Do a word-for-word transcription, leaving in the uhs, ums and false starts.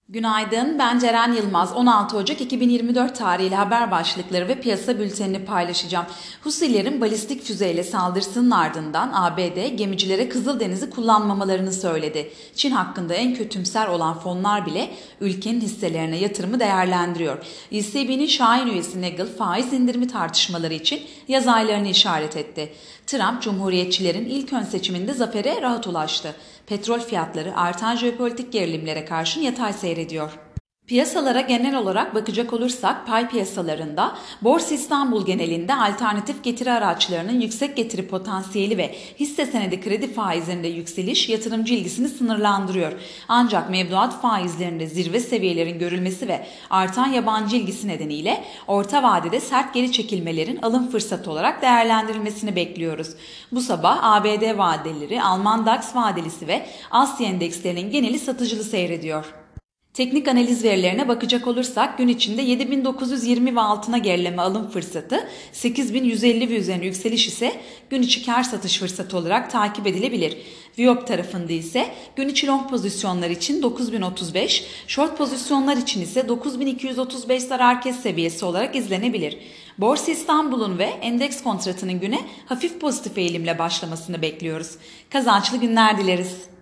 Günaydın, ben Ceren Yılmaz. on altı Ocak iki bin yirmi dört tarihli haber başlıkları ve piyasa bültenini paylaşacağım. Husilerin balistik füzeyle saldırısının ardından A B D gemicilere Kızıldeniz'i kullanmamalarını söyledi. Çin hakkında en kötümser olan fonlar bile ülkenin hisselerine yatırımı değerlendiriyor. E C B'nin şahin üyesi Nagel faiz indirimi tartışmaları için yaz aylarını işaret etti. Trump, Cumhuriyetçilerin ilk ön seçiminde zafere rahat ulaştı. Petrol fiyatları artan jeopolitik gerilimlere karşın yatay seyrediyor. Piyasalara genel olarak bakacak olursak pay piyasalarında Borsa İstanbul genelinde alternatif getiri araçlarının yüksek getiri potansiyeli ve hisse senedi kredi faizlerinde yükseliş yatırımcı ilgisini sınırlandırıyor. Ancak mevduat faizlerinde zirve seviyelerin görülmesi ve artan yabancı ilgisi nedeniyle orta vadede sert geri çekilmelerin alım fırsatı olarak değerlendirilmesini bekliyoruz. Bu sabah A B D vadeleri, Alman DAX vadelisi ve Asya endekslerinin geneli satıcılı seyrediyor. Teknik analiz verilerine bakacak olursak gün içinde yedi bin dokuz yüz yirmi ve altına gerileme alım fırsatı, sekiz bin yüz elli ve üzerine yükseliş ise gün içi kar satış fırsatı olarak takip edilebilir. Viyop tarafında ise gün içi long pozisyonlar için dokuz bin otuz beş, short pozisyonlar için ise dokuz bin iki yüz otuz beş zarar kes seviyesi olarak izlenebilir. Borsa İstanbul'un ve endeks kontratının güne hafif pozitif eğilimle başlamasını bekliyoruz. Kazançlı günler dileriz.